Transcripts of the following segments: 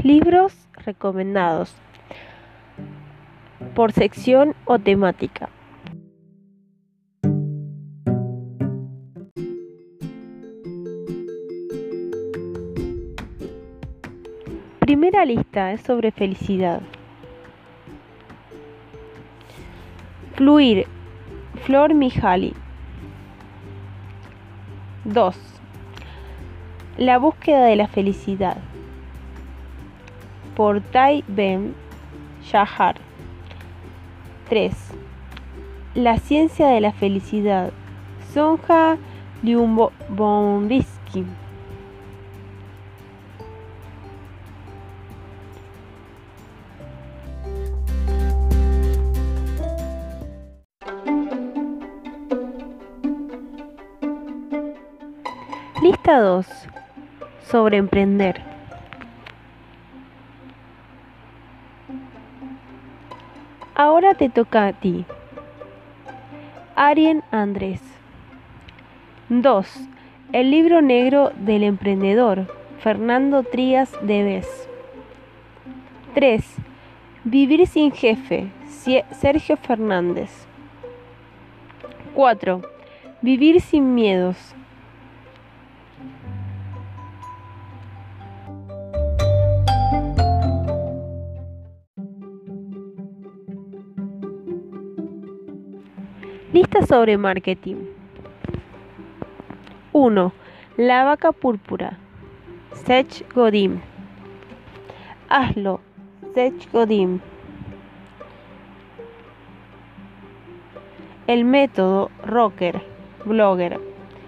Libros recomendados por sección o temática. Primera lista es sobre felicidad. Fluir, Flor Mihaly. 2. La búsqueda de la felicidad, por Tai Ben Shahar. 3. La ciencia de la felicidad, Sonja Lyubomirsky. Lista 2. Sobre emprender. Ahora te toca a ti. Arjen Andrés. 2. El libro negro del emprendedor, Fernando Trías de Bes. 3. Vivir sin jefe, Sergio Fernández. 4. Vivir sin miedos. Lista sobre marketing. 1. La vaca púrpura, Seth Godin. Hazlo, Seth Godin. El método Rocker, blogger.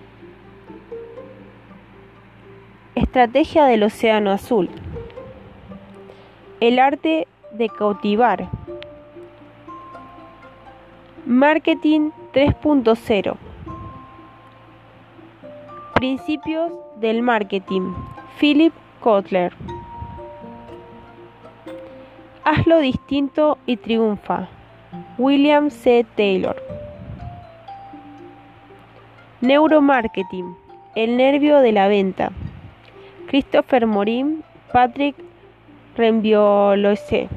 Estrategia del océano azul. El arte de cautivar. Marketing 3.0. Principios del marketing, Philip Kotler. Hazlo distinto y triunfa, William C. Taylor. Neuromarketing, el nervio de la venta, Christopher Morin, Patrick Renviolose.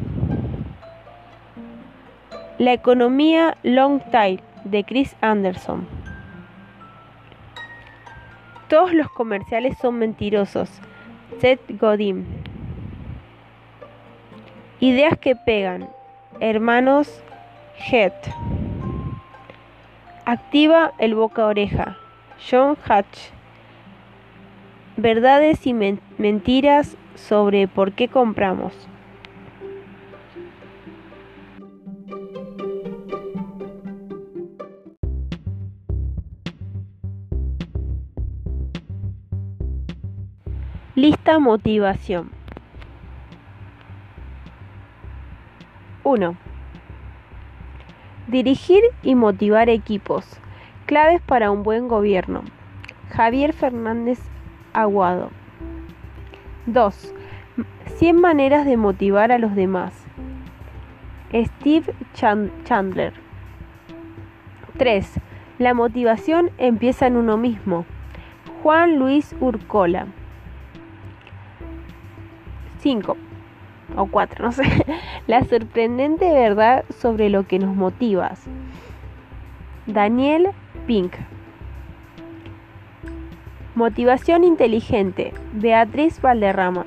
La economía long tail, de Chris Anderson. Todos los comerciales son mentirosos, Seth Godin. Ideas que pegan, hermanos Heath. Activa el boca a oreja, John Hatch. Verdades y mentiras sobre por qué compramos. Lista motivación. 1. Dirigir y motivar equipos. Claves para un buen gobierno. Javier Fernández Aguado. 2. 100 maneras de motivar a los demás. Steve Chandler. 3. La motivación empieza en uno mismo. Juan Luis Urcola. 5 o 4, no sé. La sorprendente verdad sobre lo que nos motiva. Daniel Pink. Motivación inteligente, Beatriz Valderrama.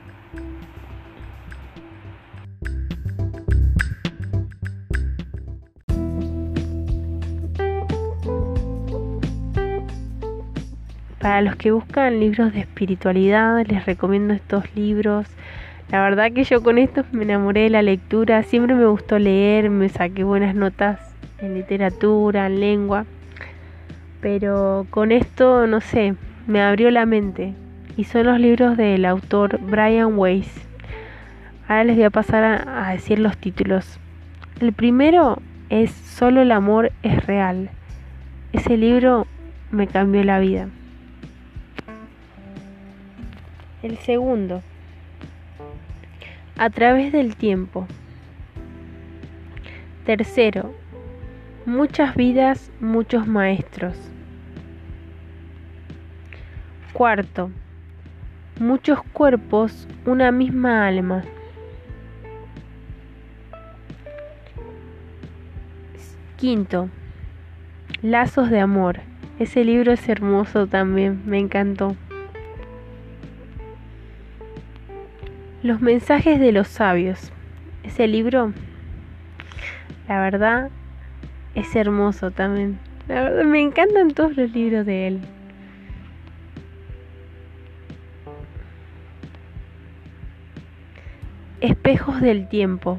Para los que buscan libros de espiritualidad, les recomiendo estos libros. La verdad que yo con estos me enamoré de la lectura. Siempre me gustó leer, me saqué buenas notas en literatura, en lengua. Pero con esto, no sé, me abrió la mente. Y son los libros del autor Brian Weiss. Ahora les voy a pasar a decir los títulos. El primero es Solo el amor es real. Ese libro me cambió la vida. El segundo, A través del tiempo. Tercero, Muchas vidas, muchos maestros. Cuarto, Muchos cuerpos, una misma alma. Quinto, Lazos de amor. Ese libro es hermoso también, me encantó. Los mensajes de los sabios. Ese libro, la verdad, es hermoso también. La verdad, me encantan todos los libros de él. Espejos del tiempo.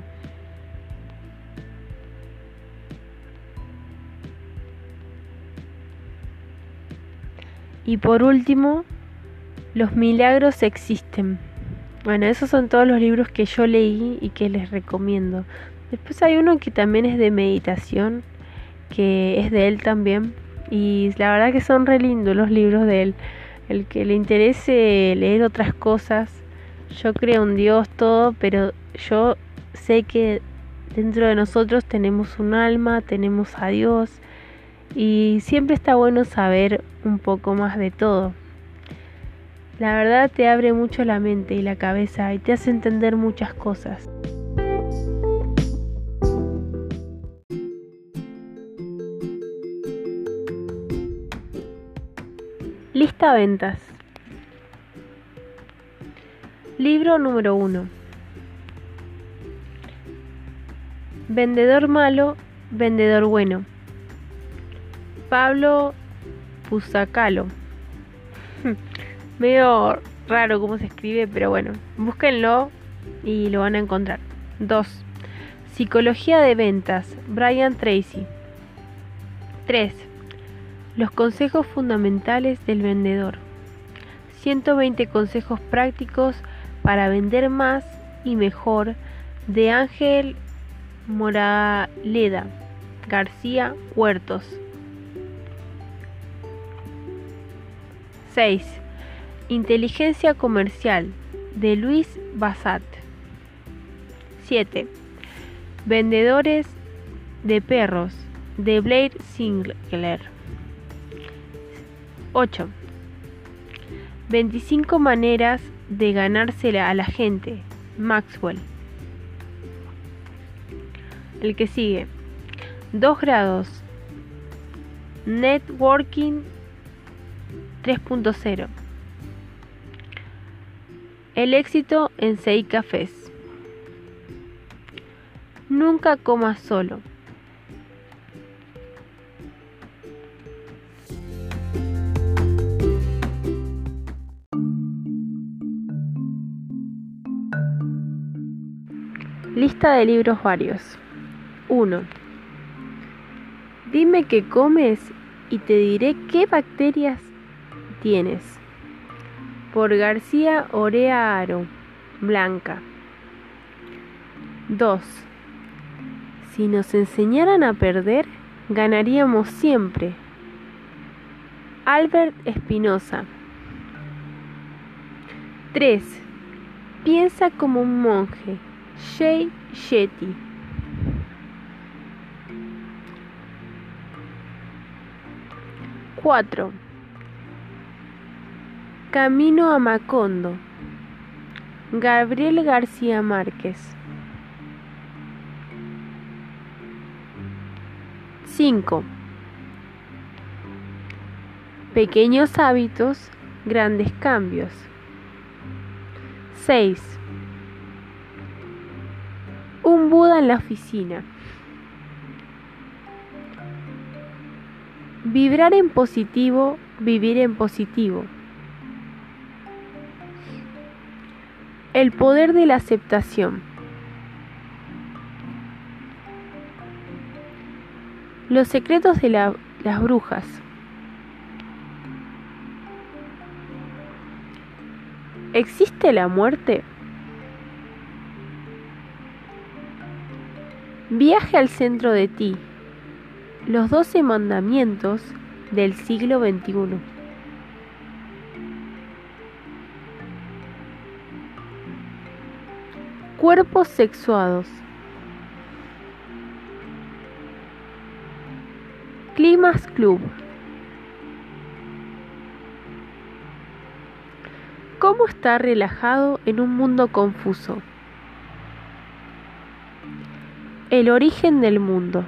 Y por último, Los milagros existen. Bueno, esos son todos los libros que yo leí y que les recomiendo. Después hay uno que también es de meditación, que es de él también. Y la verdad que son re lindos los libros de él. El que le interese leer otras cosas, yo creo en Dios todo, pero yo sé que dentro de nosotros tenemos un alma, tenemos a Dios. Y siempre está bueno saber un poco más de todo. La verdad te abre mucho la mente y la cabeza y te hace entender muchas cosas. Lista ventas. Libro número 1. Vendedor malo, vendedor bueno. Pablo Pusacalo. Medio raro cómo se escribe, pero bueno, búsquenlo y lo van a encontrar. 2. Psicología de ventas, Brian Tracy. 3. Los consejos fundamentales del vendedor. 120 consejos prácticos para vender más y mejor, de Ángel Moraleda García Huertos. 6. Inteligencia comercial, de Luis Bassat. 7. Vendedores de perros, de Blair Sinclair. 8. 25 maneras de ganársela a la gente, Maxwell. El que sigue. 2 grados. Networking 3.0. El éxito en 6 cafés. Nunca comas solo. Lista de libros varios. 1. Dime qué comes y te diré qué bacterias tienes. Por García Orea Aro, Blanca. 2. Si nos enseñaran a perder, ganaríamos siempre. Albert Espinosa. 3. Piensa como un monje, Jay Shetty. 4. Camino a Macondo, Gabriel García Márquez. 5. Pequeños hábitos, grandes cambios. 6. Un Buda en la oficina. Vibrar en positivo, vivir en positivo. El poder de la aceptación. Los secretos de las brujas. ¿Existe la muerte? Viaje al centro de ti. Los 12 mandamientos del siglo XXI. Cuerpos sexuados. Climax Club. ¿Cómo estar relajado en un mundo confuso? El origen del mundo.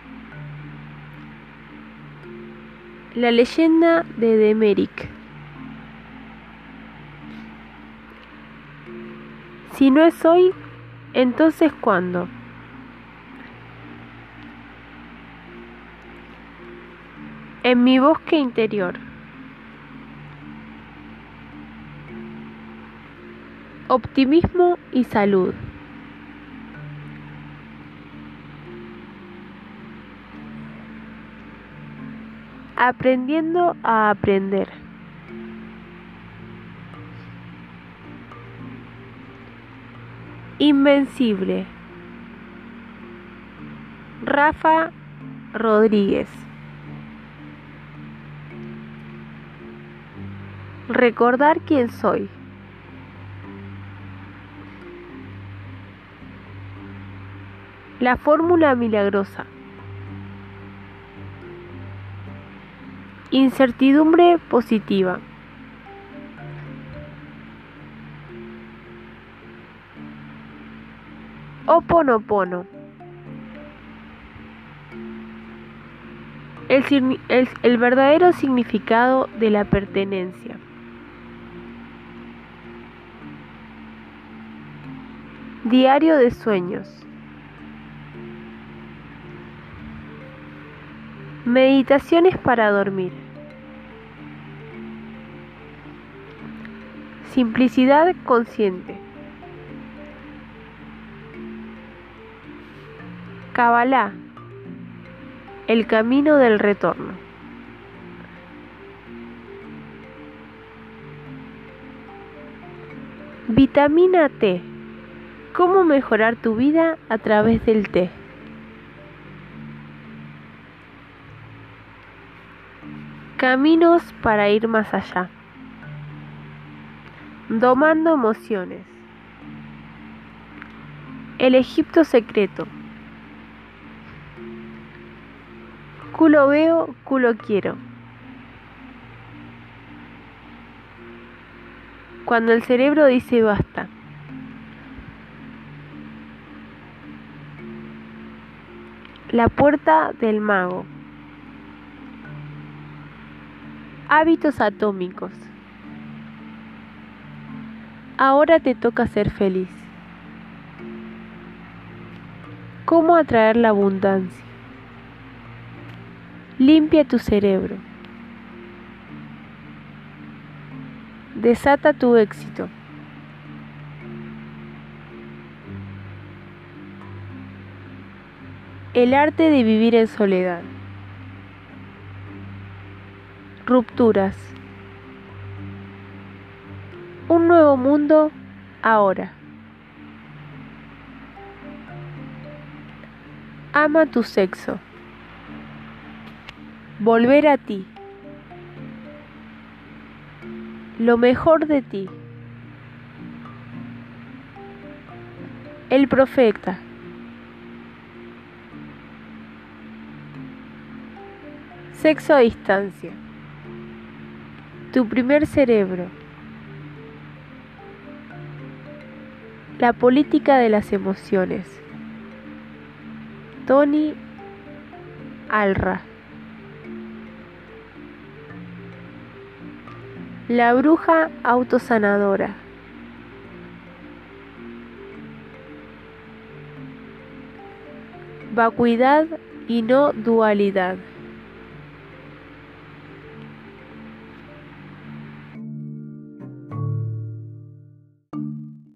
La leyenda de Demeric. Si no es hoy, entonces ¿cuándo? En mi bosque interior. Optimismo y salud. Aprendiendo a aprender. Invencible. Rafa Rodríguez. Recordar quién soy. La fórmula milagrosa. Incertidumbre positiva. Ho'oponopono. El verdadero significado de la pertenencia. Diario de sueños. Meditaciones para dormir. Simplicidad consciente. Kabbalah. El camino del retorno. Vitamina T. ¿Cómo mejorar tu vida a través del té? Caminos para ir más allá. Domando emociones. El Egipto secreto. Culo veo, culo quiero. Cuando el cerebro dice basta. La puerta del mago. Hábitos atómicos. Ahora te toca ser feliz. ¿Cómo atraer la abundancia? Limpia tu cerebro. Desata tu éxito. El arte de vivir en soledad. Rupturas. Un nuevo mundo ahora. Ama tu sexo. Volver a ti. Lo mejor de ti. El profeta. Sexo a distancia. Tu primer cerebro. La política de las emociones. Tony Alra. La bruja autosanadora. Vacuidad y no dualidad.